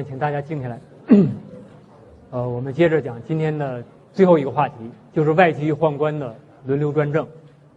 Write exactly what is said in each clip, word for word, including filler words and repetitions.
请大家静下来。呃，我们接着讲今天的最后一个话题，就是外戚与宦官的轮流专政。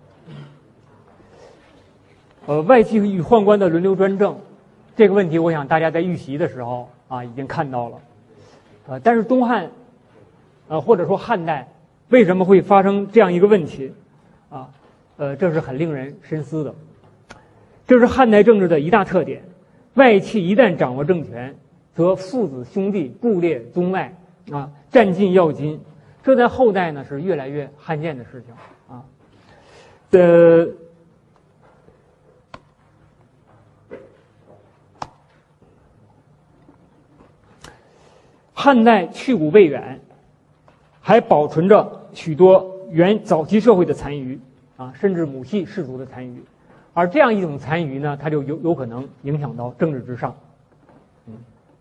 呃，外戚与宦官的轮流专政这个问题，我想大家在预习的时候啊已经看到了。呃，但是东汉，呃或者说汉代，为什么会发生这样一个问题？啊，呃，这是很令人深思的。这是汉代政治的一大特点。外戚一旦掌握政权，则父子兄弟、部列宗脉啊，占尽要津。这在后代呢是越来越罕见的事情啊。呃，汉代去古未远，还保存着许多原早期社会的残余啊，甚至母系氏族的残余。而这样一种残余呢，它就有有可能影响到政治之上。嗯，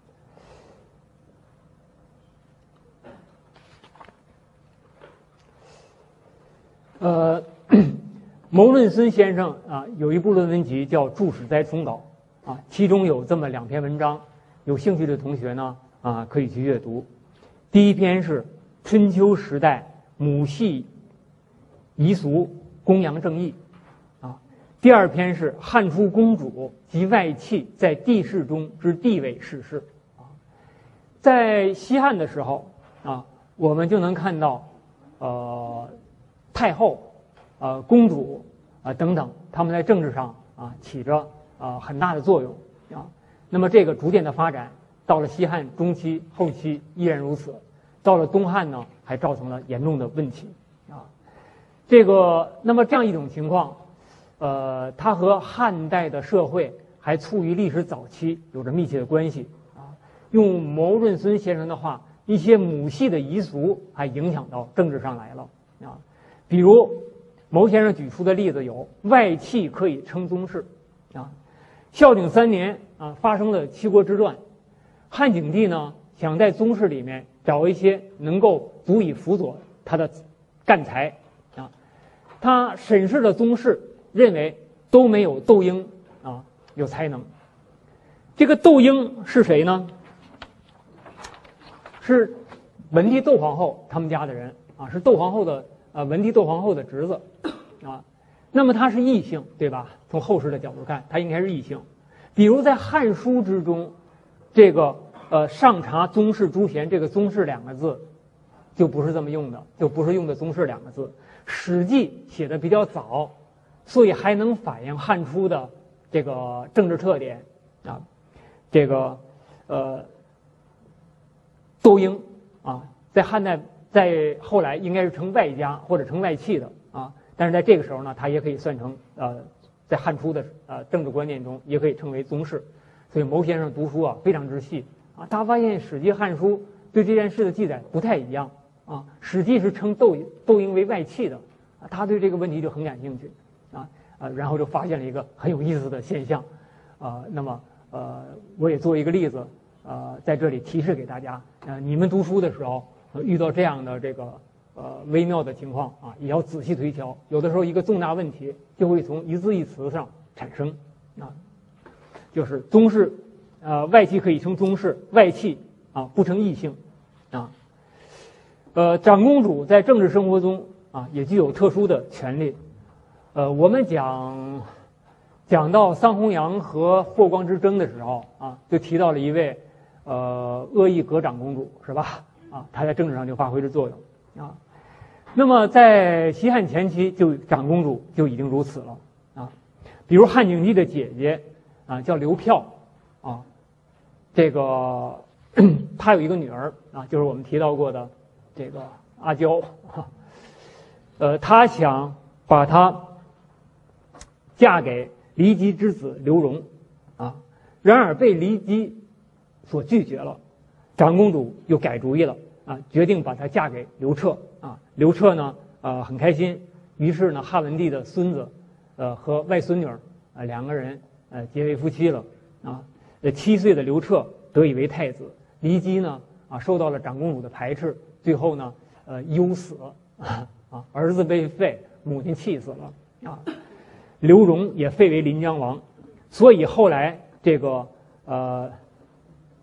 呃，牟润孙先生啊有一部论文集叫《注史斋重稿》啊，其中有这么两篇文章，有兴趣的同学呢啊可以去阅读。第一篇是春秋时代母系遗俗公羊正义。第二篇是汉初公主及外戚在帝室中之地位史事啊，在西汉的时候啊，我们就能看到，呃，太后、呃，公主啊、呃、等等，他们在政治上啊起着啊、呃、很大的作用啊。那么这个逐渐的发展，到了西汉中期、后期依然如此，到了东汉呢，还造成了严重的问题啊。这个，那么这样一种情况。呃，它和汉代的社会还处于历史早期有着密切的关系啊。用牟润孙先生的话，一些母系的遗俗还影响到政治上来了啊。比如牟先生举出的例子有外戚可以称宗室啊。孝景三年啊发生了七国之乱，汉景帝呢想在宗室里面找一些能够足以辅佐他的干才啊。他审视了宗室。认为都没有窦婴啊有才能。这个窦婴是谁呢？是文帝窦皇后他们家的人啊，是窦皇后的啊文帝窦皇后的侄子啊。那么他是异姓，对吧？从后世的角度看，他应该是异姓。比如在《汉书》之中，这个呃上察宗室诸贤，这个宗室两个字就不是这么用的，就不是用的宗室两个字。《史记》写的比较早。所以还能反映汉初的这个政治特点啊，这个呃窦婴啊，在汉代在后来应该是称外家或者称外戚的啊，但是在这个时候呢，他也可以算成呃在汉初的呃政治观念中也可以称为宗室。所以牟先生读书啊非常之细啊，他发现《史记》《汉书》对这件事的记载不太一样啊，《史记》是称窦窦婴为外戚的啊，他对这个问题就很感兴趣。啊，呃，然后就发现了一个很有意思的现象，啊、呃，那么呃，我也做一个例子，呃，在这里提示给大家，呃，你们读书的时候、呃、遇到这样的这个呃微妙的情况啊，也要仔细推敲，有的时候一个重大问题就会从一字一词上产生，啊，就是宗室，呃，外戚可以称宗室，外戚啊不称异姓，啊，呃，长公主在政治生活中啊也具有特殊的权利。呃，我们讲讲到桑弘羊和霍光之争的时候啊，就提到了一位呃阿育葛长公主，是吧？啊，她在政治上就发挥着作用啊。那么在西汉前期，就长公主就已经如此了啊。比如汉景帝的姐姐啊，叫刘票啊，这个她有一个女儿啊，就是我们提到过的这个阿娇啊，呃，她想把她嫁给骊姬之子刘荣，啊，然而被骊姬所拒绝了。长公主又改主意了，啊，决定把她嫁给刘彻，啊，刘彻呢，呃，很开心，于是呢，汉文帝的孙子，呃，和外孙女儿，呃，两个人，呃，结为夫妻了，啊，呃，七岁的刘彻得以为太子，骊姬呢，啊，受到了长公主的排斥，最后呢，呃，忧死，啊，啊，儿子被废，母亲气死了，啊。刘荣也废为临江王，所以后来这个呃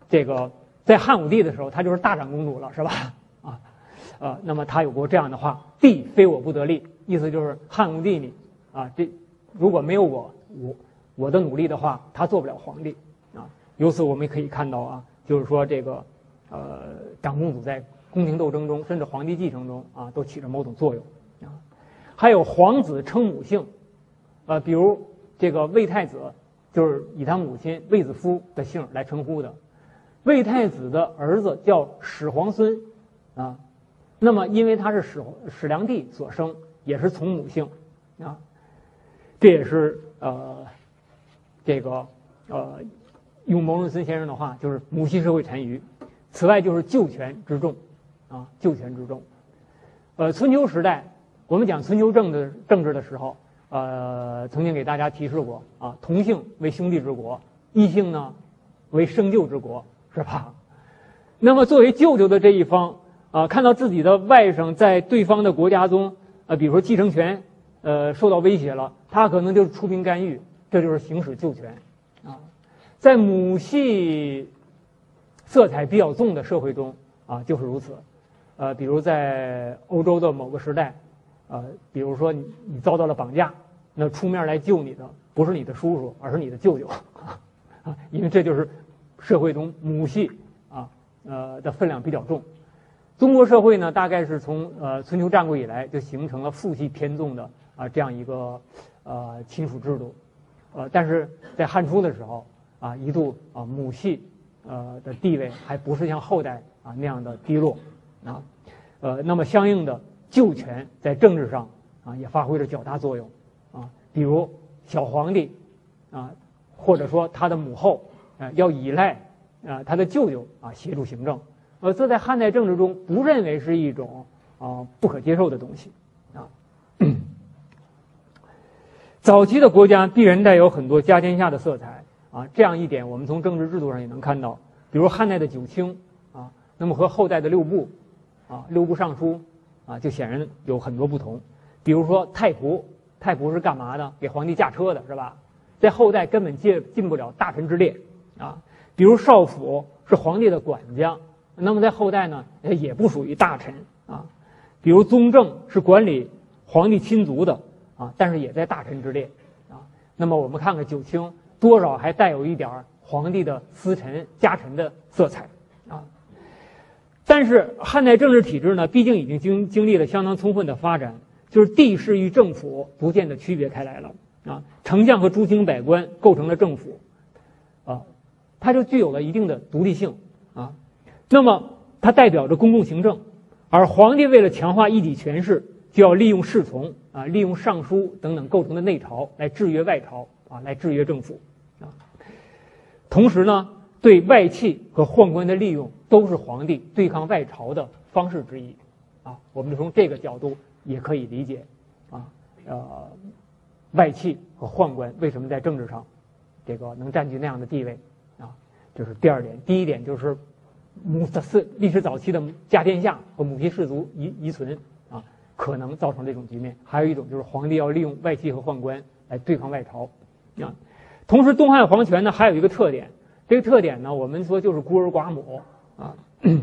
这个在汉武帝的时候，她就是大长公主了，是吧？啊，呃，那么她有过这样的话：“帝非我不得力。”意思就是汉武帝你啊，这如果没有我我我的努力的话，他做不了皇帝啊。由此我们可以看到啊，就是说这个呃长公主在宫廷斗争中，甚至皇帝继承中啊，都起着某种作用啊。还有皇子称母姓，呃，比如这个魏太子，就是以他母亲卫子夫的姓来称呼的。魏太子的儿子叫始皇孙，啊，那么因为他是始始良帝所生，也是从母姓，啊，这也是呃这个呃用牟润森先生的话，就是母系社会残余。此外就是旧权之重，啊，旧权之重。呃，春秋时代，我们讲春秋政治政治的时候，呃，曾经给大家提示过啊，同姓为兄弟之国，异姓呢为生舅之国，是吧？那么作为舅舅的这一方啊，看到自己的外甥在对方的国家中，呃，比如说继承权呃受到威胁了，他可能就是出兵干预，这就是行使旧权啊。在母系色彩比较重的社会中啊，就是如此。呃，比如在欧洲的某个时代，呃，比如说你你遭到了绑架，那出面来救你的不是你的叔叔，而是你的舅舅啊，因为这就是社会中母系啊呃的分量比较重。中国社会呢，大概是从呃春秋战国以来就形成了父系偏重的啊这样一个呃亲属制度，呃，但是在汉初的时候啊，一度啊母系呃的地位还不是像后代啊那样的低落啊，呃，那么相应的旧权在政治上啊也发挥着较大作用啊，比如小皇帝啊，或者说他的母后啊要依赖啊他的舅舅啊协助行政，呃，这在汉代政治中不认为是一种啊不可接受的东西啊。早期的国家必然带有很多家天下的色彩啊，这样一点我们从政治制度上也能看到，比如汉代的九卿啊，那么和后代的六部啊，六部尚书啊，就显然有很多不同。比如说太仆，太仆是干嘛的？给皇帝驾车的，是吧？在后代根本进进不了大臣之列啊。比如少府是皇帝的管家，那么在后代呢，也不属于大臣啊。比如宗正是管理皇帝亲族的啊，但是也在大臣之列啊。那么我们看看九卿，多少还带有一点皇帝的私臣家臣的色彩啊。但是汉代政治体制呢，毕竟已经经经历了相当充分的发展，就是帝室与政府逐渐的区别开来了啊。丞相和诸卿百官构成了政府啊，它就具有了一定的独立性啊。那么它代表着公共行政，而皇帝为了强化一己权势，就要利用侍从啊，利用尚书等等构成的内朝来制约外朝啊，来制约政府啊。同时呢，对外戚和宦官的利用都是皇帝对抗外朝的方式之一啊。我们从这个角度也可以理解啊，呃，外戚和宦官为什么在政治上这个能占据那样的地位啊？这是第二点。第一点就是母是历史早期的家天下和母系氏族遗遗存啊，可能造成这种局面。还有一种就是皇帝要利用外戚和宦官来对抗外朝啊。同时，东汉皇权呢还有一个特点，这个特点呢，我们说就是孤儿寡母啊。《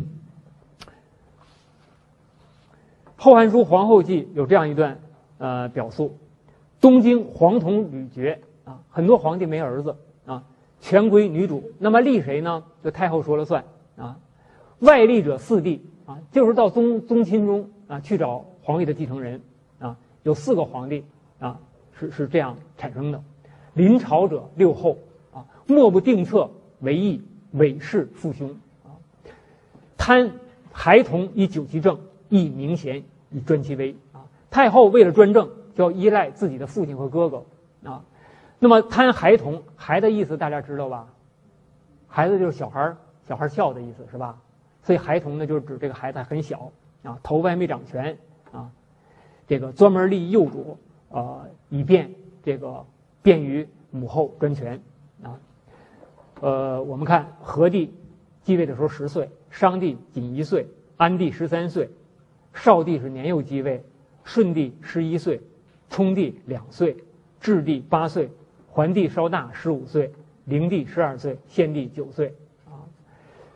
后汉书·皇后记》有这样一段呃表述：东京皇统屡绝啊，很多皇帝没儿子啊，全归女主。那么立谁呢？就太后说了算啊。外立者四帝啊，就是到宗宗亲中啊去找皇位的继承人啊，有四个皇帝啊，是是这样产生的。临朝者六后啊，莫不定策为义，伪弑父兄啊。贪孩童以久其政，亦明贤以专其威啊。太后为了专政，就要依赖自己的父亲和哥哥啊。那么贪孩童，孩的意思大家知道吧？孩子就是小孩小孩笑的意思是吧？所以孩童呢，就是指这个孩子还很小啊，头发还没长全啊，这个专门立幼主，呃，以便这个便于母后专权啊。呃，我们看和帝继位的时候十岁，商帝仅一岁，安帝十三岁，少帝是年幼继位，顺帝十一岁，冲帝两岁，质帝八岁，桓帝稍大十五岁，灵帝十二岁，献帝九岁啊。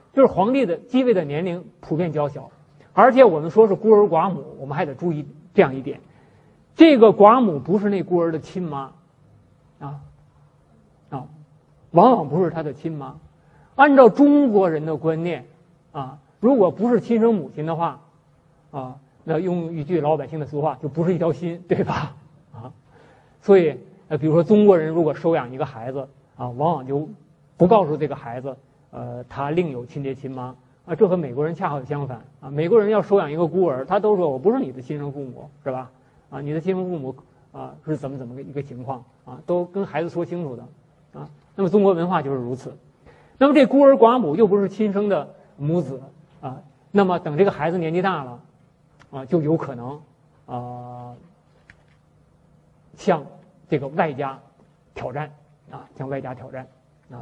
就是皇帝的继位的年龄普遍较小，而且我们说是孤儿寡母，我们还得注意这样一点，这个寡母不是那孤儿的亲妈，啊啊，往往不是他的亲妈。按照中国人的观念啊，如果不是亲生母亲的话，啊，那用一句老百姓的俗话，就不是一条心，对吧？啊，所以呃，比如说中国人如果收养一个孩子啊，往往就不告诉这个孩子，呃，他另有亲爹亲妈啊，这和美国人恰好相反啊。美国人要收养一个孤儿，他都说我不是你的亲生父母，是吧？啊，你的亲生父母啊是怎么怎么一个情况啊，都跟孩子说清楚的啊。那么中国文化就是如此。那么这孤儿寡母又不是亲生的母子啊，那么等这个孩子年纪大了啊，就有可能啊向这个外家挑战啊，向外家挑战啊。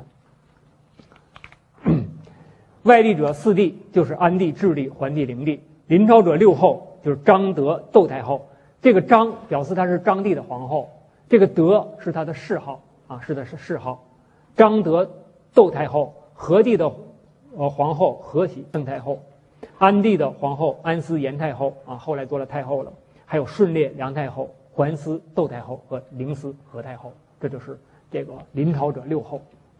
外立者四帝就是安帝、智帝、桓帝、灵帝，临朝者六后就是张德、窦太后。这个张表示她是张帝的皇后，这个德是她的谥号啊，是的是谥号。张德、窦太后，和帝的呃皇后和喜邓太后，安帝的皇后安思严太后啊，后来做了太后了。还有顺烈梁太后、桓思窦太后和灵思何太后，这就是这个临朝者六后啊。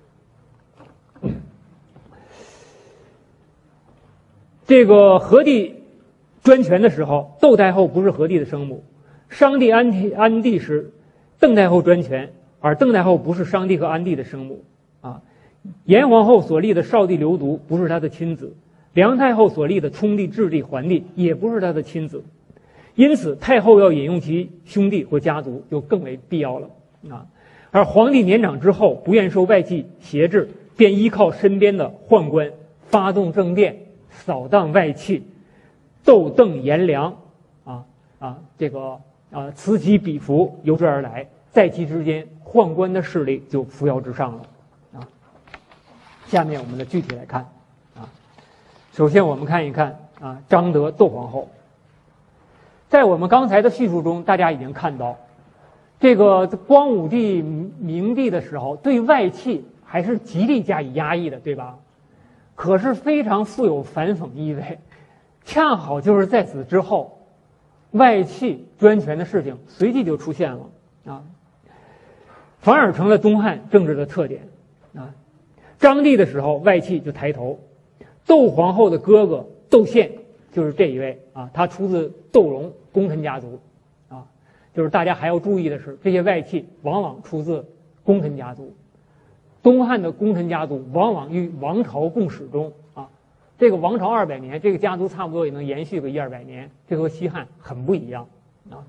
这个和帝专权的时候，窦太后不是和帝的生母，商帝、安帝、安帝时，邓太后专权，而邓太后不是商帝和安帝的生母啊。严皇后所立的少帝刘独不是他的亲子，梁太后所立的冲帝、质帝、桓帝也不是他的亲子，因此太后要引用其兄弟或家族就更为必要了啊。而皇帝年长之后，不愿受外戚挟制，便依靠身边的宦官发动政变，扫荡外戚，窦邓颜良啊啊这个啊此起彼伏，由之而来，在其之间，宦官的势力就扶摇直上了啊。下面我们的具体来看啊，首先我们看一看啊张德窦皇后。在我们刚才的叙述中，大家已经看到，这个光武帝、明帝的时候，对外戚还是极力加以压抑的，对吧？可是非常富有反讽意味，恰好就是在此之后，外戚专权的事情随即就出现了啊，反而成了东汉政治的特点啊。张帝的时候，外戚就抬头，窦皇后的哥哥窦宪就是这一位啊，他出自窦融功臣家族啊，就是大家还要注意的是，这些外戚往往出自功臣家族。东汉的功臣家族往往与王朝共始终啊，这个王朝二百年，这个家族差不多也能延续个一二百年，这和西汉很不一样啊。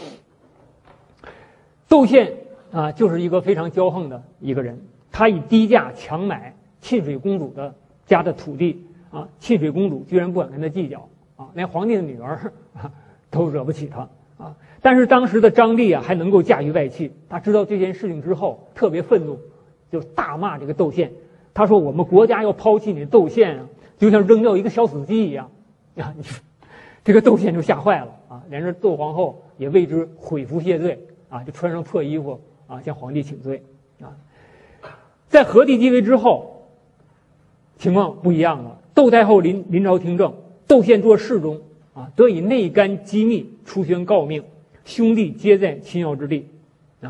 窦宪啊，就是一个非常骄横的一个人，他以低价强买沁水公主的家的土地啊，沁水公主居然不敢跟他计较啊，连皇帝的女儿啊都惹不起他啊。但是当时的张帝啊，还能够驾驭外戚，他知道这件事情之后特别愤怒。就大骂这个窦宪，他说我们国家要抛弃你窦宪啊，就像扔掉一个小死鸡一样啊！你说这个窦宪就吓坏了啊，连着窦皇后也为之悔服谢罪啊，就穿上破衣服啊向皇帝请罪啊。在和帝继位之后，情况不一样了，窦太后临临朝听政，窦宪做侍中啊，得以内干机密，出宣告命，兄弟皆在亲要之地啊。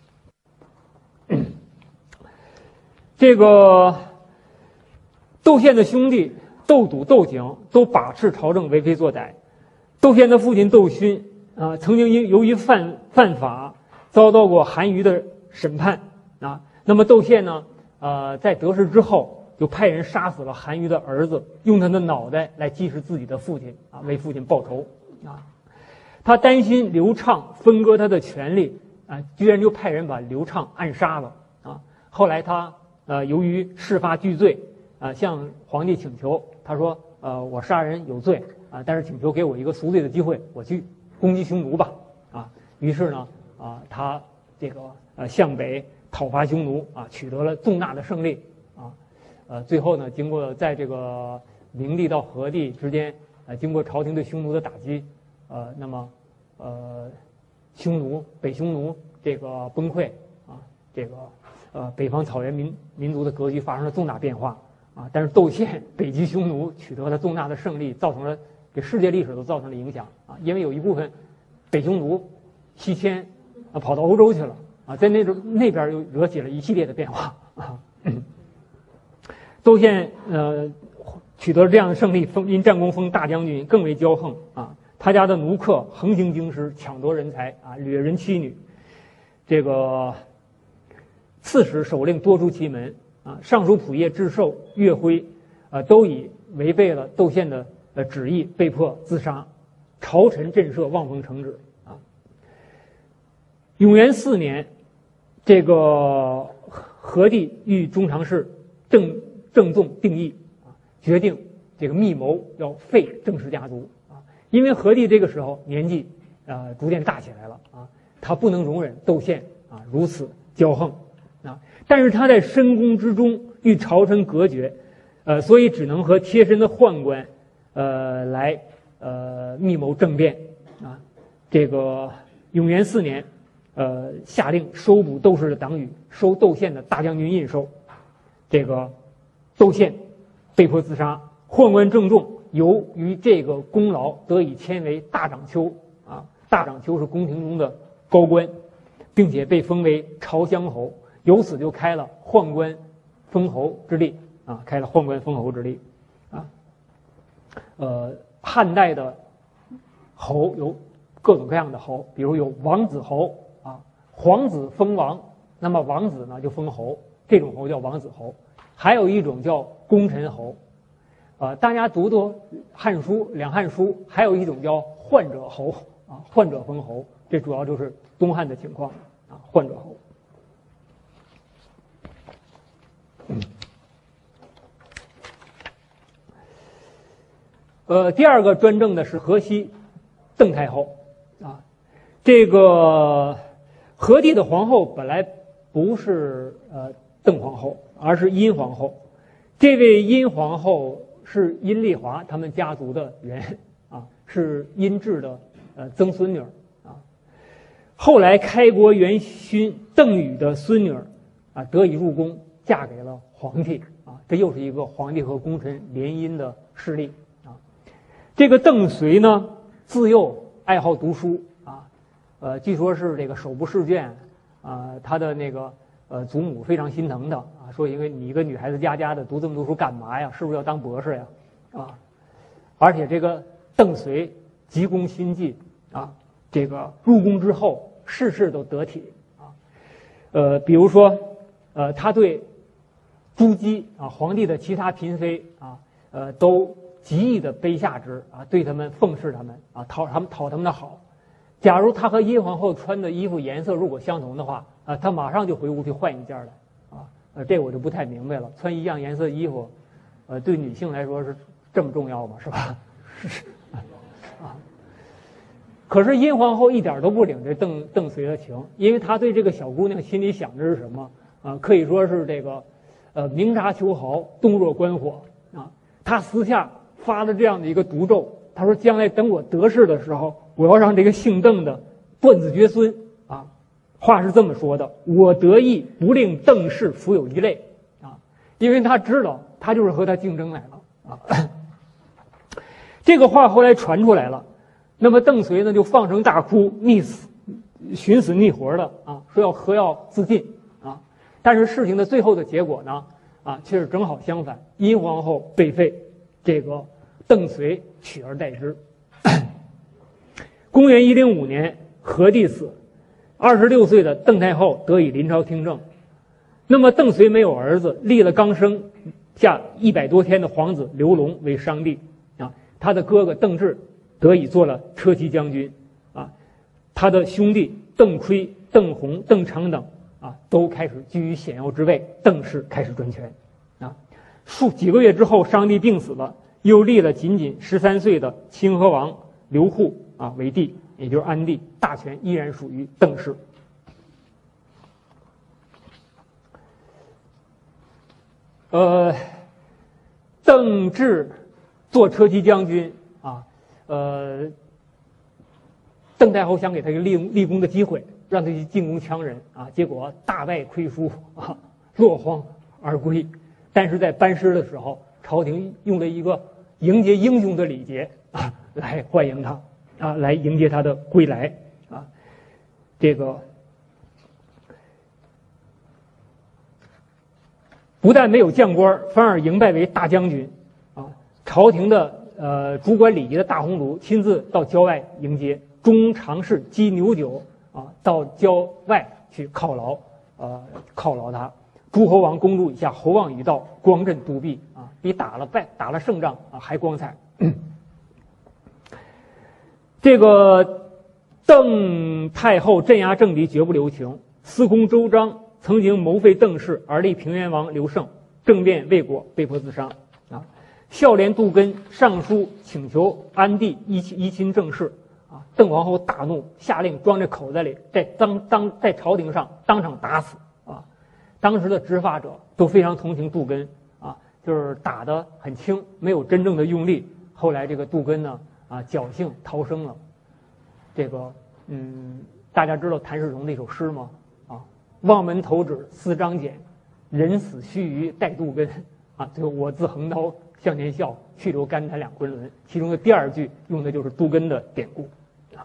这个窦宪的兄弟窦笃、窦景都把持朝政，为非作歹。窦宪的父亲窦勋啊，曾经因由于犯犯法，遭到过韩愈的审判啊。那么窦宪呢，呃，在得势之后，就派人杀死了韩愈的儿子，用他的脑袋来祭祀自己的父亲啊，为父亲报仇啊。他担心刘畅分割他的权利啊，居然就派人把刘畅暗杀了啊。后来他。呃，由于事发拒罪，啊、呃，向皇帝请求，他说，呃，我杀人有罪啊、呃，但是请求给我一个赎罪的机会，我去攻击匈奴吧，啊，于是呢，啊、呃，他这个呃向北讨伐匈奴啊，取得了重大的胜利啊，呃，最后呢，经过在这个明帝到和帝之间，呃，经过朝廷对匈奴的打击，呃，那么，呃，匈奴北匈奴这个崩溃啊，这个。呃，北方草原民民族的格局发生了重大变化啊，但是窦宪北击匈奴，取得了重大的胜利，造成了给世界历史都造成了影响啊，因为有一部分北匈奴西迁啊，跑到欧洲去了啊，在那种那边又惹起了一系列的变化啊。窦宪呃取得了这样的胜利，封因战功封大将军，更为骄横啊。他家的奴客横行京师，抢夺人才啊，掠人妻女。这个刺史首令多出其门啊，尚书仆射智寿、岳辉，呃，都以违背了窦宪的呃旨意，被迫自杀。朝臣震慑，望风成止啊。永元四年，这个何帝谕中常侍郑郑纵定议啊，决定这个密谋要废郑氏家族啊，因为何帝这个时候年纪呃逐渐大起来了啊，他不能容忍窦宪啊如此骄横啊，但是他在深宫之中与朝臣隔绝，呃，所以只能和贴身的宦官呃来呃密谋政变啊。这个永元四年，呃，下令收捕窦氏的党羽，收窦宪的大将军印绶。这个窦宪被迫自杀，宦官郑重由于这个功劳得以迁为大长丘啊，大长丘是宫廷中的高官，并且被封为朝乡侯，由此就开了宦官封侯之例啊，开了宦官封侯之例啊。呃，汉代的侯有各种各样的侯，比如有王子侯啊，皇子封王，那么王子呢就封侯，这种侯叫王子侯。还有一种叫功臣侯，呃，大家读读《汉书》两汉书，还有一种叫宦者侯啊，宦者封侯，这主要就是东汉的情况啊，宦者侯。嗯，呃，第二个专政的是河西邓太后啊，这个何帝的皇后本来不是呃邓皇后，而是殷皇后。这位殷皇后是殷丽华他们家族的人啊，是殷质的呃曾孙女啊。后来开国元勋邓禹的孙女啊得以入宫，嫁给了皇帝啊，这又是一个皇帝和功臣联姻的事例啊。这个邓绥呢，自幼爱好读书啊，呃，据说是这个手不释卷啊，他的那个。呃，祖母非常心疼的啊，说因为你一个女孩子家家的读这么多书干嘛呀？是不是要当博士呀？啊，而且这个邓绥急功心计啊，这个入宫之后事事都得体啊。呃，比如说，呃，他对朱姬啊，皇帝的其他嫔妃啊，呃，都极易的卑下之啊，对他们奉侍他们啊，讨他们讨他们的好。假如他和殷皇后穿的衣服颜色如果相同的话，啊，他马上就回屋去换一件来，啊，呃，这我就不太明白了。穿一样颜色衣服，呃，对女性来说是这么重要吗？是吧？啊，可是殷皇后一点都不领这邓邓绥的情，因为她对这个小姑娘心里想的是什么啊？可以说是这个，呃，明察秋毫，洞若观火啊。她私下发了这样的一个毒咒，她说：“将来等我得势的时候，我要让这个姓邓的断子绝孙啊。”话是这么说的：“我得意不令邓氏复有一类啊，因为他知道他就是和他竞争来了啊。”这个话后来传出来了，那么邓绥呢就放声大哭，溺死，寻死觅活的啊，说要喝药自尽啊。但是事情的最后的结果呢啊，却是正好相反，殷皇后被废，这个邓绥取而代之。公元一零五年，何帝死。二十六岁的邓太后得以临朝听政，那么邓绥没有儿子，立了刚生下一百多天的皇子刘龙为商帝啊，他的哥哥邓骘得以做了车骑将军啊，他的兄弟邓悝、邓弘、邓常等啊都开始居于显要之位，邓氏开始专权啊。数几个月之后，商帝病死了，又立了仅仅十三岁的清河王刘祜啊为帝。也就是安帝，大权依然属于邓氏。呃，邓骘做车骑将军啊，呃，邓太后想给他一个立立功的机会，让他去进攻羌人啊，结果大败亏输啊，落荒而归。 但是在班师的时候，朝廷用了一个迎接英雄的礼节啊，来欢迎他啊，来迎接他的归来啊。这个不但没有降官，反而迎拜为大将军啊。朝廷的呃主管礼仪的大鸿胪亲自到郊外迎接，中常侍击牛酒啊，到郊外去犒劳呃犒劳他。诸侯王公主以下，侯望已到，光振独臂啊，比打了败打了胜仗啊还光彩。这个邓太后镇压政敌，绝不留情。司空周章曾经谋废邓氏，而立平原王刘胜，政变未果，被迫自杀啊。孝廉杜根上书请求安帝依依亲郑氏啊，邓皇后大怒，下令装在口袋里，在当当在朝廷上当场打死。当时的执法者都非常同情杜根啊，就是打得很轻，没有真正的用力。后来这个杜根呢啊侥幸逃生了。这个嗯，大家知道谭嗣同那首诗吗？啊，望门投掷思张俭，人死须臾待杜根啊。最后我自横刀向前笑，去留干柴两昆仑。其中的第二句用的就是杜根的典故啊。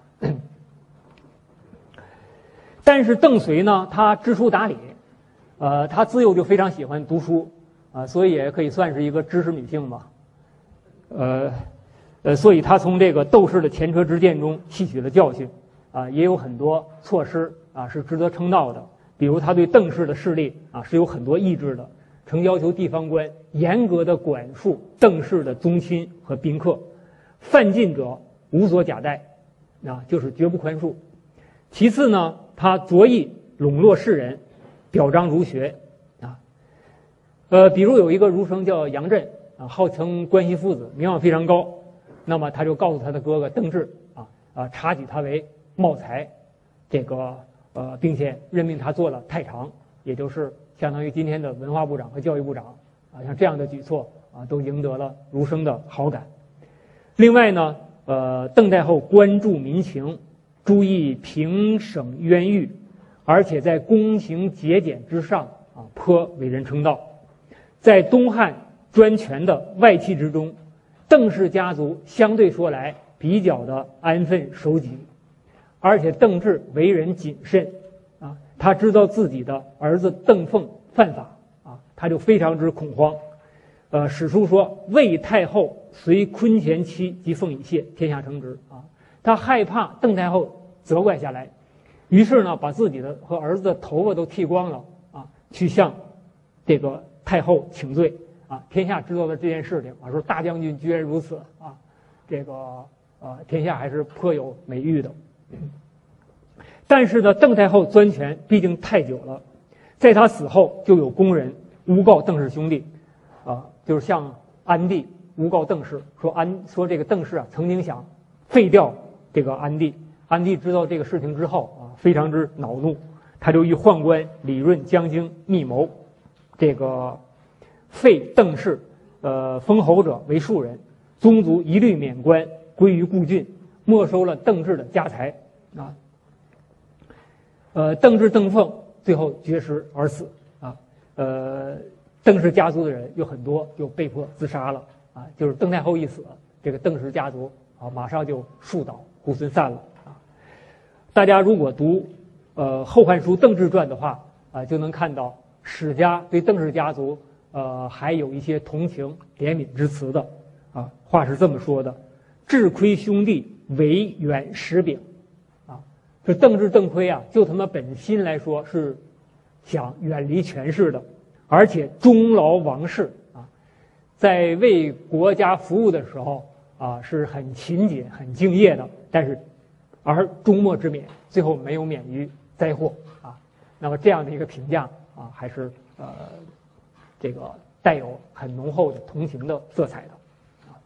但是邓绥呢，他知书达理。呃，她自幼就非常喜欢读书，啊、呃，所以也可以算是一个知识女性吧。呃，呃，所以她从这个窦氏的前车之鉴中吸取了教训，啊、呃，也有很多措施啊是值得称道的。比如她对邓氏的势力啊是有很多抑制的，曾要求地方官严格的管束邓氏的宗亲和宾客，犯禁者无所假贷，啊，就是绝不宽恕。其次呢，她着意笼络士人。表彰儒学，啊，呃，比如有一个儒生叫杨震啊，号称关系父子，名望非常高。那么他就告诉他的哥哥邓骘啊啊，察举他为茂才，这个呃，并且任命他做了太常，也就是相当于今天的文化部长和教育部长啊，像这样的举措啊，都赢得了儒生的好感。另外呢，呃，邓太后关注民情，注意平省冤狱。而且在公行节俭之上啊，颇为人称道。在东汉专权的外戚之中，邓氏家族相对说来比较的安分守己，而且邓骘为人谨慎啊，他知道自己的儿子邓凤犯法啊，他就非常之恐慌。呃，史书说魏太后随坤前妻及凤以谢，天下称之啊，他害怕邓太后责怪下来。于是呢，把自己的和儿子的头发都剃光了啊，去向这个太后请罪啊。天下知道了这件事情啊，说大将军居然如此啊，这个呃，天下还是颇有美誉的。但是呢，邓太后专权毕竟太久了，在她死后就有宫人诬告邓氏兄弟啊，就是向安帝诬告邓氏，说安说这个邓氏啊曾经想废掉这个安帝。安帝知道这个事情之后啊，非常之恼怒，他就与宦官李润将军密谋，这个废邓氏，呃，封侯者为庶人，宗族一律免官，归于故郡，没收了邓氏的家财啊。呃，邓骘、邓凤最后绝食而死啊。呃，邓氏家族的人有很多就被迫自杀了啊。就是邓太后一死，这个邓氏家族啊马上就树倒猢狲散了。大家如果读呃《后汉书·邓骘传》的话啊、呃，就能看到史家对邓氏家族呃还有一些同情怜悯之词的啊。话是这么说的：智亏兄弟为远实柄啊，这邓骘、邓亏啊，就他们本心来说是想远离权势的，而且终劳王室啊，在为国家服务的时候啊是很勤谨、很敬业的，但是。而终末之免，最后没有免于灾祸啊。那么这样的一个评价啊，还是呃这个带有很浓厚的同情的色彩的啊。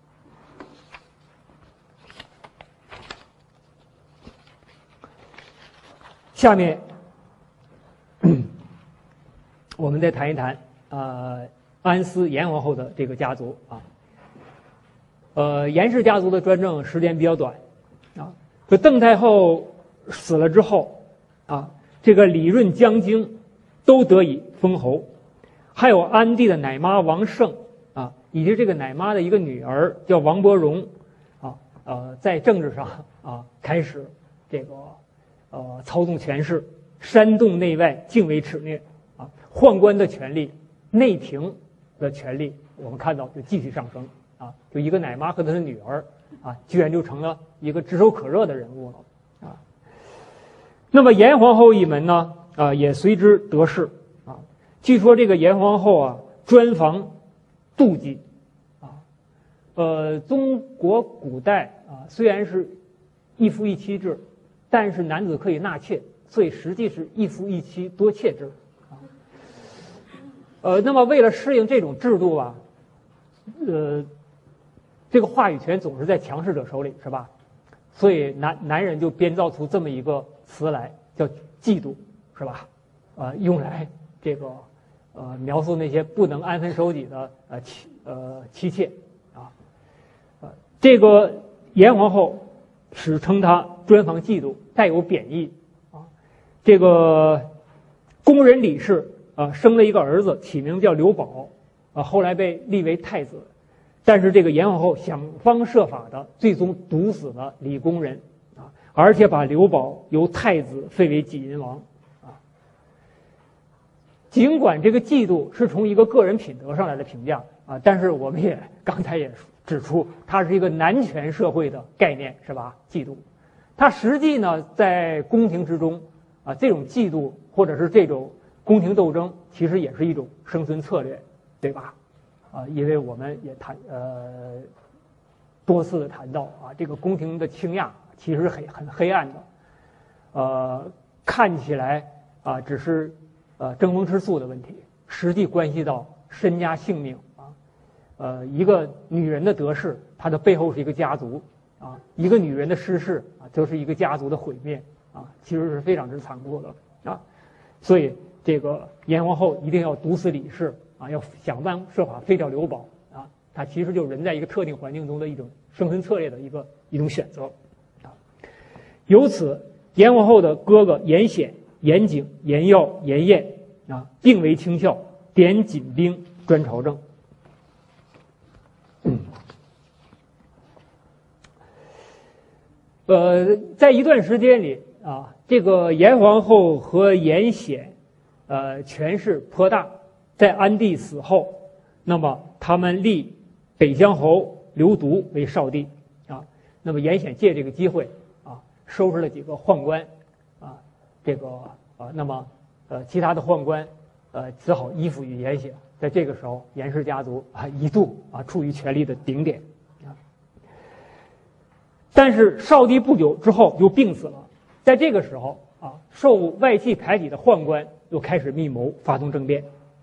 下面我们再谈一谈呃安思严皇后的这个家族啊。呃，严氏家族的专政时间比较短啊。这邓太后死了之后啊，这个李润、江京都得以封侯， 还有安帝的奶妈王胜啊，以及这个奶妈的一个女儿叫王伯荣啊，呃，在政治上啊开始这个呃操纵权势，煽动内外，敬为耻虐啊，宦官的权力、内廷的权力，我们看到就继续上升啊，就一个奶妈和她的女儿啊，居然就成了一个炙手可热的人物了啊。那么严皇后一门呢，啊，也随之得势啊。据说这个严皇后啊，专防妒忌啊。呃，中国古代啊，虽然是一夫一妻制，但是男子可以纳妾，所以实际是一夫一妻多妾制啊。呃，那么为了适应这种制度啊，呃，这个话语权总是在强势者手里，是吧？所以男男人就编造出这么一个词来，叫嫉妒，是吧？呃，用来这个呃描述那些不能安分守己的呃妻呃妻妾啊。呃，这个严皇后史称她专防嫉妒，带有贬义啊。这个宫人李氏啊生了一个儿子，起名叫刘保啊，后来被立为太子。但是这个严皇后想方设法的，最终毒死了李公人啊，而且把刘保由太子废为济阴王啊。尽管这个嫉妒是从一个个人品德上来的评价啊，但是我们也刚才也指出，它是一个男权社会的概念，是吧？嫉妒，它实际呢在宫廷之中啊，这种嫉妒或者是这种宫廷斗争，其实也是一种生存策略，对吧？啊，因为我们也谈呃多次的谈到啊，这个宫廷的倾轧其实很很黑暗的，呃，看起来啊只是呃争风吃醋的问题，实际关系到身家性命啊，呃，一个女人的得势，她的背后是一个家族啊，一个女人的失势啊，就是一个家族的毁灭啊，其实是非常之残酷的啊，所以这个严皇后一定要毒死李氏。啊，要想办设法废掉刘保啊，它其实就是人在一个特定环境中的一种生存策略的一个一种选择啊。由此，严皇后的哥哥严显、严景、严耀、严彦啊，并为倾效，点紧兵专朝政。嗯，呃，在一段时间里啊，这个严皇后和严显，呃，权势颇大。在安帝死后，那么他们立北乡侯刘独为少帝啊。那么严显借这个机会啊，收拾了几个宦官啊，这个啊，那么呃，其他的宦官呃，只好依附于严显。在这个时候，严氏家族啊一度啊处于权力的顶点啊。但是少帝不久之后就病死了，在这个时候啊，受外戚排挤的宦官又开始密谋发动政变。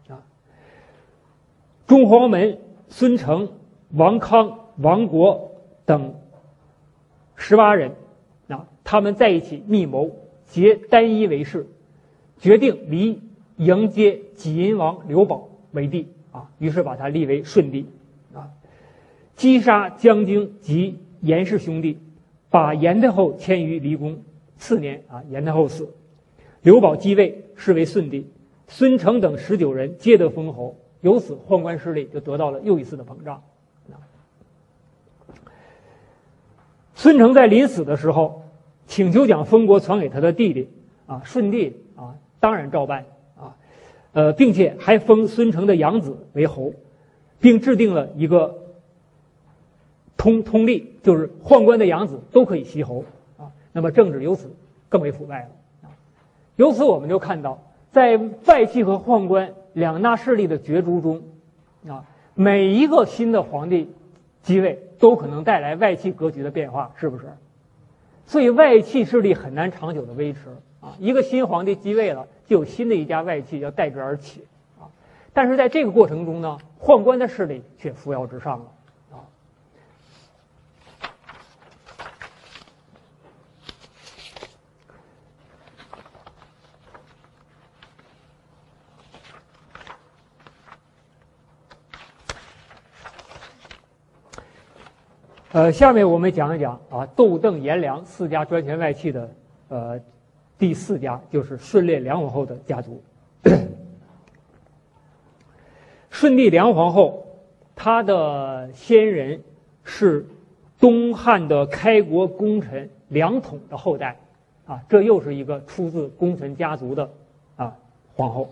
中黄门孙承、王康、王国等十八人啊，他们在一起密谋，结单一为誓，决定离迎接济阴王刘保为帝啊，于是把他立为顺帝啊，击杀江京及严氏兄弟，把严太后迁于离宫。次年啊，严太后死，刘保继位，是为顺帝。孙承等十九人皆得封侯。由此，宦官势力就得到了又一次的膨胀。孙承在临死的时候，请求将封国传给他的弟弟啊，顺帝啊，当然照办啊，呃，并且还封孙承的养子为侯，并制定了一个通通例，就是宦官的养子都可以袭侯啊。那么政治由此更为腐败了啊。由此我们就看到，在外戚和宦官两大势力的角逐中，啊，每一个新的皇帝继位都可能带来外戚格局的变化，是不是？所以外戚势力很难长久的维持啊。一个新皇帝继位了，就有新的一家外戚要代之而起啊。但是在这个过程中呢，宦官的势力却扶摇直上了啊。呃，下面我们讲一讲啊，窦邓颜良四家专权外戚的呃第四家，就是顺烈梁皇后的家族。 顺帝梁皇后，她的先人是东汉的开国功臣梁统的后代，啊，这又是一个出自功臣家族的啊皇后。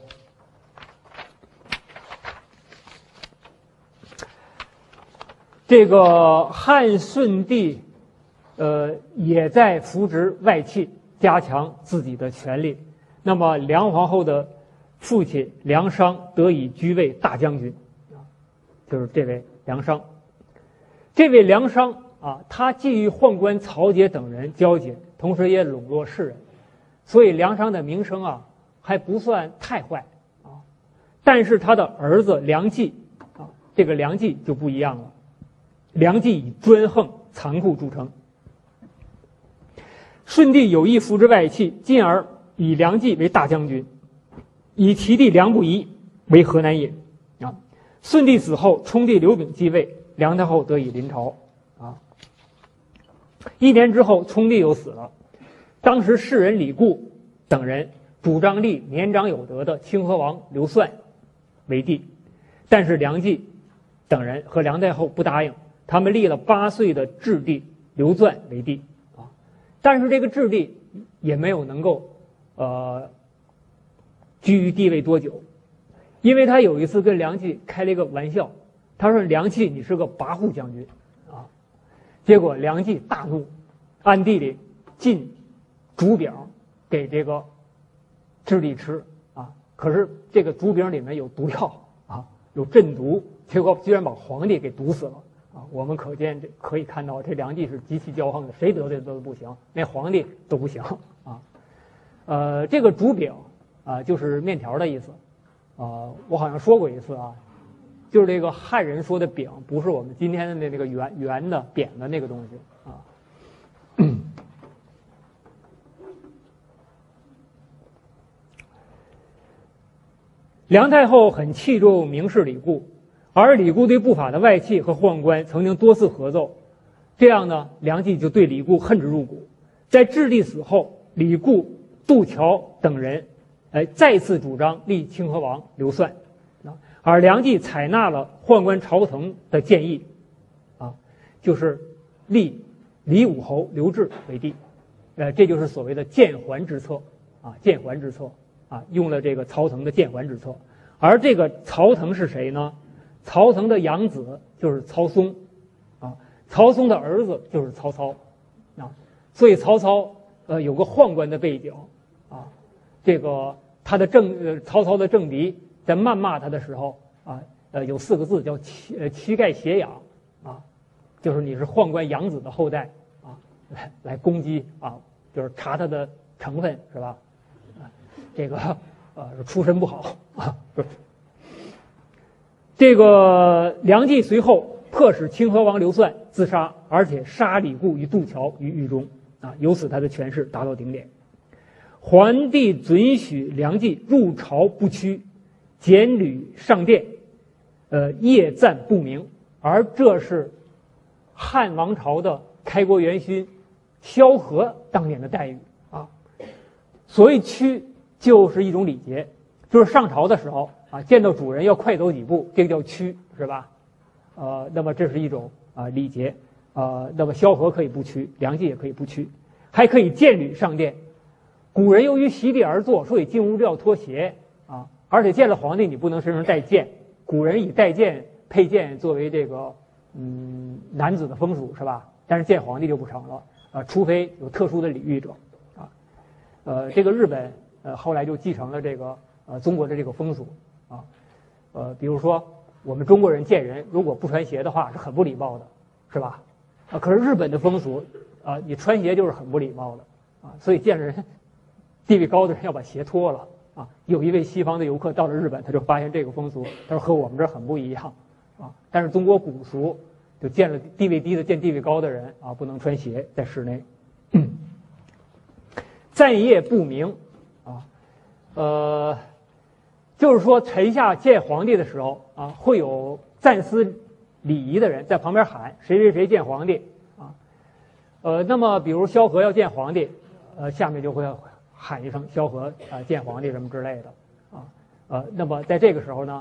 这个汉顺帝，呃，也在扶植外戚，加强自己的权力。那么梁皇后的父亲梁商得以居位大将军，啊，就是这位梁商。这位梁商啊，他既与宦官曹节等人交结，同时也笼络士人，所以梁商的名声啊还不算太坏啊。但是他的儿子梁冀啊，这个梁冀就不一样了。梁冀以专横残酷著称。顺帝有意扶植外戚，进而以梁冀为大将军，以其弟梁不疑为河南尹。啊，顺帝死后，冲帝刘炳继位，梁太后得以临朝。啊，一年之后，冲帝又死了。当时士人李固等人主张立年长有德的清河王刘算为帝，但是梁冀等人和梁太后不答应。他们立了八岁的质帝刘钻为帝，啊，但是这个质帝也没有能够，呃，居于地位多久，因为他有一次跟梁冀开了一个玩笑，他说：“梁冀，你是个跋扈将军，啊。”结果梁冀大怒，暗地里进竹饼给这个质帝吃，啊，可是这个竹饼里面有毒药，啊，有鸩毒，结果居然把皇帝给毒死了。啊，我们可见这可以看到，这梁冀是极其骄横的，谁得罪都不行，连皇帝都不行啊。呃，这个竹饼啊，就是面条的意思啊。我好像说过一次啊，就是这个汉人说的饼，不是我们今天的那那个圆圆的扁的那个东西啊。梁太后很器重名士李固。而李固对不法的外戚和宦官曾经多次合奏，这样呢，梁冀就对李固恨之入骨。在质帝死后，李固、杜桥等人，哎，再次主张立清河王刘算，啊，而梁冀采纳了宦官朝腾的建议，啊，就是立李武侯刘志为帝，呃，这就是所谓的建桓之策，啊，建桓之策，啊，用了这个曹腾的建桓之策。而这个曹腾是谁呢？曹腾的养子就是曹嵩，啊，曹嵩的儿子就是曹操，啊，所以曹操呃有个宦官的背景，啊，这个他的政呃曹操的政敌在谩骂他的时候啊，呃有四个字叫欺呃欺盖挟养，啊，就是你是宦官养子的后代啊，来来攻击啊，就是查他的成分是吧？啊，这个呃出身不好啊。这个梁冀随后迫使清河王刘算自杀，而且杀李固与杜桥于狱中，啊，由此他的权势达到顶点。桓帝准许梁冀入朝不趋，简履上殿，呃，夜暂不明，而这是汉王朝的开国元勋萧何当年的待遇啊。所谓趋就是一种礼节，就是上朝的时候啊，见到主人要快走几步，这个叫趋，是吧？呃，那么这是一种啊礼节，呃，那么萧何可以不趋，梁冀也可以不趋，还可以见履上殿。古人由于席地而坐，所以进屋就要脱鞋啊，而且见了皇帝你不能身上带剑，古人以带剑佩剑作为这个嗯男子的风俗，是吧？但是见皇帝就不成了啊，除非有特殊的礼遇者啊。呃，这个日本呃后来就继承了这个呃中国的这个风俗啊，呃，比如说我们中国人见人如果不穿鞋的话是很不礼貌的，是吧？啊，可是日本的风俗啊，你穿鞋就是很不礼貌的啊，所以见人地位高的人要把鞋脱了啊。有一位西方的游客到了日本，他就发现这个风俗，他说和我们这儿很不一样啊。但是中国古俗就见了地位低的见地位高的人啊，不能穿鞋在室内。嗯，暂夜不明啊，呃，就是说臣下见皇帝的时候啊，会有暂司礼仪的人在旁边喊谁谁谁见皇帝啊。呃，那么比如萧何要见皇帝，呃，下面就会喊一声萧何啊见皇帝什么之类的啊。呃，那么在这个时候呢，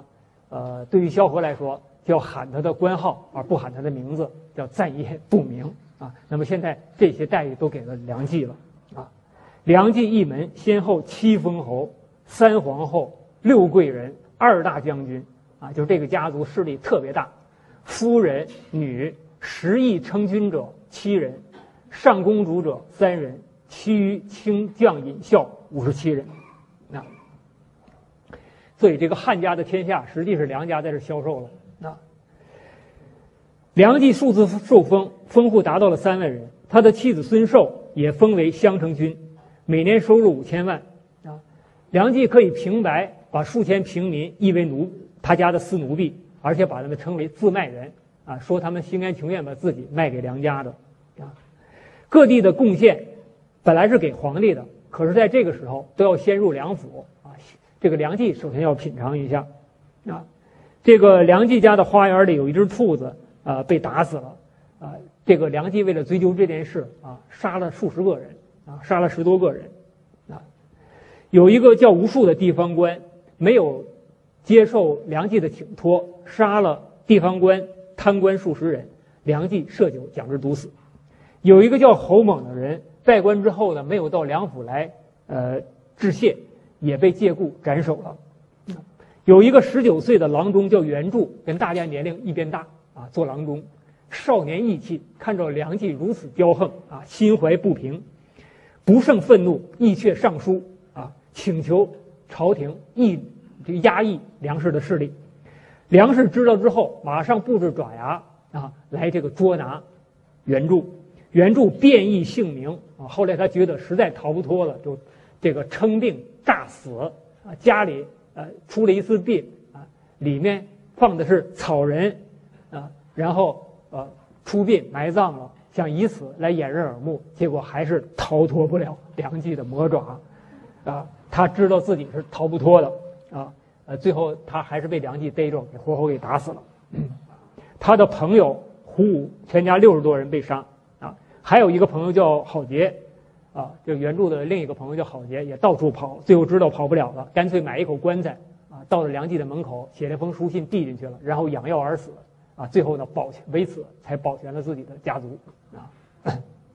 呃，对于萧何来说，就要喊他的官号，而不喊他的名字，叫暂夜不明啊。那么现在这些待遇都给了梁冀了啊。梁冀一门先后七封侯、三皇后、六贵人、二大将军啊，就是这个家族势力特别大。夫人、女、十邑称君者七人，上公主者三人，其余卿将尹校五十七人。那所以这个汉家的天下，实际是梁家在这销售了。那梁冀数次受封，封户达到了三万人。他的妻子孙寿也封为襄城君，每年收入五千万。啊，梁冀可以平白把数千平民译为奴，他家的私奴婢，而且把他们称为自卖人。啊，说他们心甘情愿把自己卖给梁家的。啊，各地的贡献本来是给皇帝的，可是在这个时候都要先入梁府啊。这个梁冀首先要品尝一下。啊，这个梁冀家的花园里有一只兔子，啊、呃，被打死了。啊，这个梁冀为了追究这件事啊，杀了数十个人啊，杀了十多个人。啊，有一个叫吴数的地方官没有接受梁冀的请托，杀了地方官贪官数十人，梁冀设酒将之毒死。有一个叫侯猛的人拜官之后呢，没有到梁府来呃致谢，也被借故斩首了。有一个十九岁的郎中叫袁柱，跟大家年龄一边大啊，做郎中，少年义气，看着梁冀如此骄横啊，心怀不平，不胜愤怒，意却上书啊，请求朝廷抑这个压抑梁氏的势力。梁氏知道之后，马上布置爪牙啊，来这个捉拿袁柱。袁柱变异姓名啊，后来他觉得实在逃不脱了，就这个称病诈死啊，家里呃出了一次病啊，里面放的是草人啊，然后呃出殡埋葬了，想以此来掩人耳目，结果还是逃脱不了梁冀的魔爪啊，他知道自己是逃不脱的啊。呃，最后他还是被梁冀逮着，给活活给打死了。嗯、他的朋友胡武全家六十多人被杀啊，还有一个朋友叫郝杰，啊，这个袁柱的另一个朋友叫郝杰，也到处跑，最后知道跑不了了，干脆买一口棺材啊，到了梁冀的门口，写了封书信递进去了，然后养药而死啊。最后呢，保全为此才保全了自己的家族啊。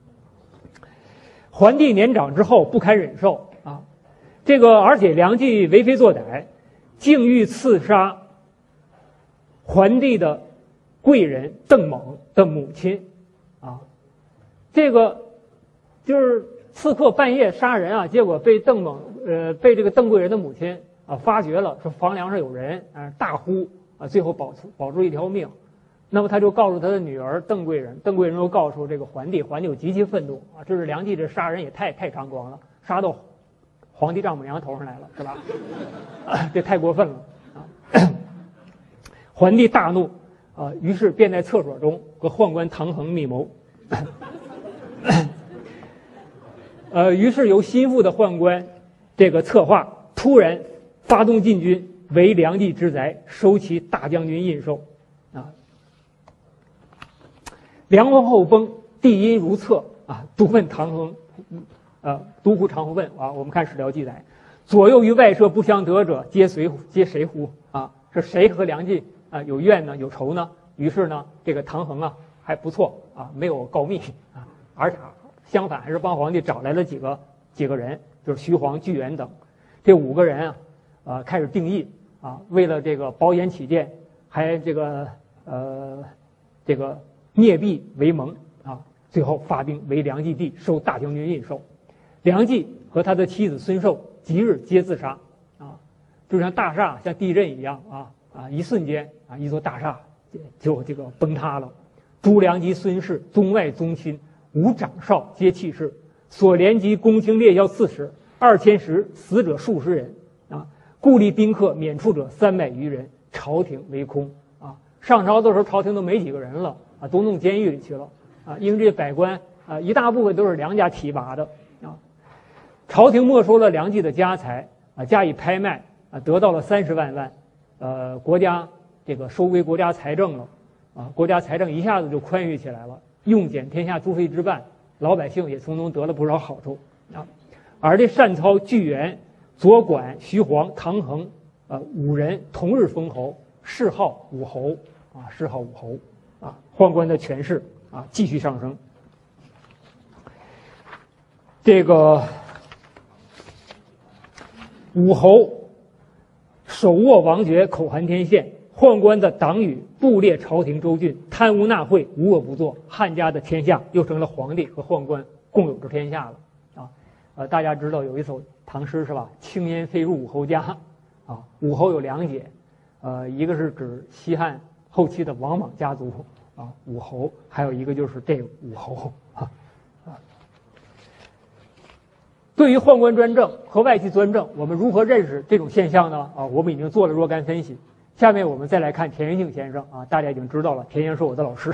桓帝年长之后不堪忍受啊，这个而且梁冀为非作歹。竟欲刺杀桓帝的贵人邓猛的母亲，啊，这个就是刺客半夜杀人啊，结果被邓猛呃被这个邓贵人的母亲啊发觉了，说房梁上有人啊，大呼啊，最后保保住一条命。那么他就告诉他的女儿邓贵人，邓贵人又告诉这个桓帝，桓帝有极其愤怒啊，这是梁冀这杀人也太太猖狂了，杀到皇帝丈母娘头上来了，是吧？啊、这太过分了啊！桓帝大怒啊，于是便在厕所中和宦官唐衡密谋。呃，于是由心腹的宦官这个策划，突然发动进军，围梁冀之宅，收其大将军印绶。啊，梁皇后崩，帝因如厕啊，独问唐衡。呃，独呼长呼问啊！我们看史料记载，左右于外舍不相得者，皆随皆谁乎？啊，是谁和梁冀啊有怨呢？有仇呢？于是呢，这个唐衡啊还不错啊，没有告密啊，而且相反还是帮皇帝找来了几个几个人，就是徐晃、巨源等，这五个人啊，呃，开始定义啊，为了这个保险起见，还这个呃这个聂弼为盟啊，最后发兵围梁冀地，收大将军印绶。梁冀和他的妻子孙寿即日皆自杀，啊，就像大厦像地震一样啊啊，一瞬间啊，一座大厦就这个崩塌了。诸梁及孙氏宗外宗亲无长少皆弃世，所连及公卿列校刺史二千石，死者数十人啊，故吏宾客免处者三百余人，朝廷为空啊。上朝的时候朝廷都没几个人了啊，都弄监狱里去了啊，因为这百官啊一大部分都是梁家提拔的。朝廷没收了梁冀的家财啊，加以拍卖啊，得到了三十万万，呃，国家这个收归国家财政了啊，国家财政一下子就宽裕起来了，用减天下诸费之半，老百姓也从中得了不少好处啊。而这单操、巨源、左管、徐晃、唐衡啊五人同日封侯， 谥号武侯啊，谥号武侯啊，宦官的权势啊继续上升。这个武侯手握王爵，口含天宪，宦官的党羽布列朝廷州郡，贪污纳贿，无恶不作，汉家的天下又成了皇帝和宦官共有之天下了啊！呃，大家知道有一首唐诗是吧？青烟飞入武侯家啊，武侯有两解，呃，一个是指西汉后期的王莽家族啊，武侯，还有一个就是这个武侯啊啊。对于宦官专政和外戚专政，我们如何认识这种现象呢？啊，我们已经做了若干分析。下面我们再来看田余庆先生啊，大家已经知道了，田余是我的老师。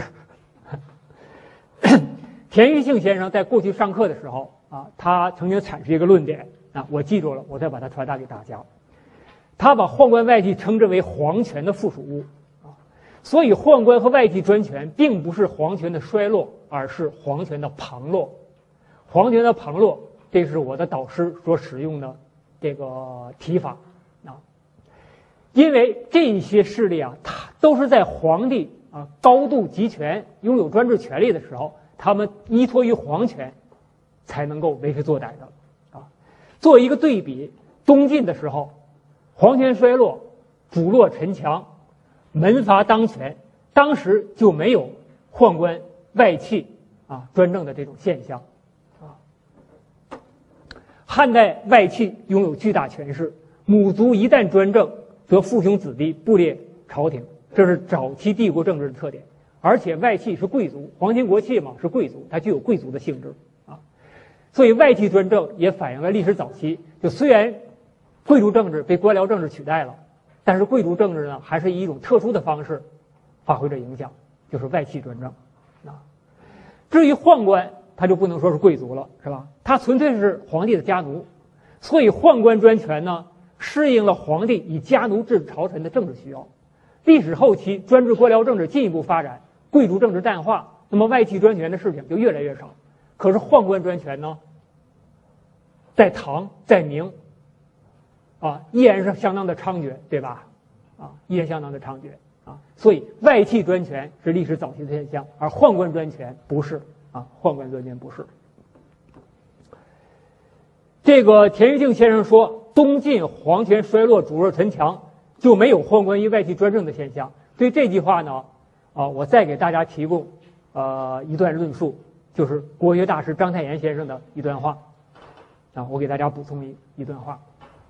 田余庆先生在过去上课的时候啊，他曾经阐释一个论点啊，我记住了，我再把它传达给大家。他把宦官外戚称之为皇权的附属物啊，所以宦官和外戚专权并不是皇权的衰落，而是皇权的旁落。皇权的旁落，这是我的导师所使用的这个提法啊。因为这些势力啊，它都是在皇帝啊高度集权、拥有专制权力的时候，他们依托于皇权，才能够为非作歹的啊。作为一个对比，东晋的时候，皇权衰落，主落臣强，门阀当权，当时就没有宦官外戚啊专政的这种现象啊。汉代外戚拥有巨大权势，母族一旦专政，则父兄子弟布列朝廷，这是早期帝国政治的特点。而且外戚是贵族，皇亲国戚嘛，是贵族，它具有贵族的性质啊。所以外戚专政也反映了历史早期，就虽然贵族政治被官僚政治取代了，但是贵族政治呢，还是以一种特殊的方式发挥着影响，就是外戚专政啊。至于宦官，他就不能说是贵族了，是吧？他纯粹是皇帝的家奴，所以宦官专权呢，适应了皇帝以家奴制朝臣的政治需要。历史后期，专制官僚政治进一步发展，贵族政治淡化，那么外戚专权的事情就越来越少。可是宦官专权呢，在唐在明啊，依然是相当的猖獗，对吧？啊，依然相当的猖獗啊。所以外戚专权是历史早期的现象，而宦官专权不是啊，宦官专权不是。这个田余庆先生说，东晋皇权衰落，主弱臣强，就没有宦官与外戚专政的现象。对这句话呢，啊，我再给大家提供呃一段论述，就是国学大师章太炎先生的一段话啊，我给大家补充一一段话。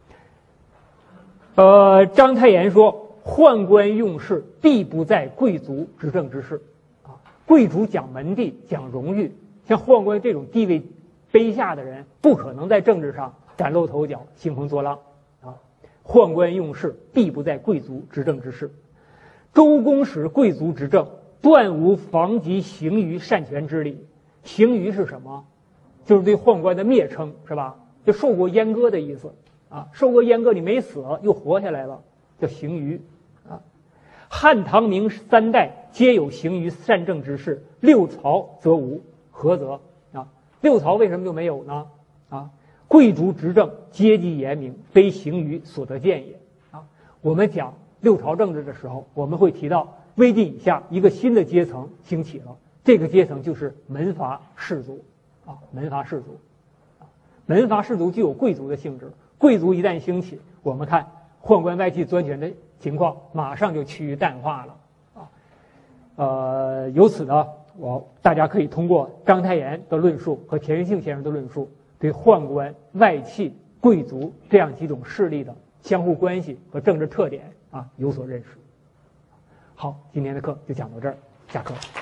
呃，章太炎说，宦官用事必不在贵族执政之事啊，贵族讲门第讲荣誉，像宦官这种地位卑下的人，不可能在政治上崭露头角、兴风作浪啊。宦官用事必不在贵族执政之事。周公使贵族执政，断无防及刑于擅权之理。刑于是什么？就是对宦官的蔑称，是吧？就受过阉割的意思啊，受过阉割，你没死又活下来了，叫刑于啊。汉唐明三代皆有刑于善政之事，六朝则无，何则？啊，六朝为什么就没有呢？啊，贵族执政，阶级严明，非刑于所得见也。啊，我们讲六朝政治的时候，我们会提到魏晋以下一个新的阶层兴起了，这个阶层就是门阀士族啊，门阀士族啊，门阀士族具有贵族的性质，贵族一旦兴起，我们看宦官外戚专权的情况马上就趋于淡化了啊。呃，由此呢，我大家可以通过章太炎的论述和田余庆先生的论述，对宦官、外戚、贵族这样几种势力的相互关系和政治特点啊有所认识。好，今天的课就讲到这儿，下课。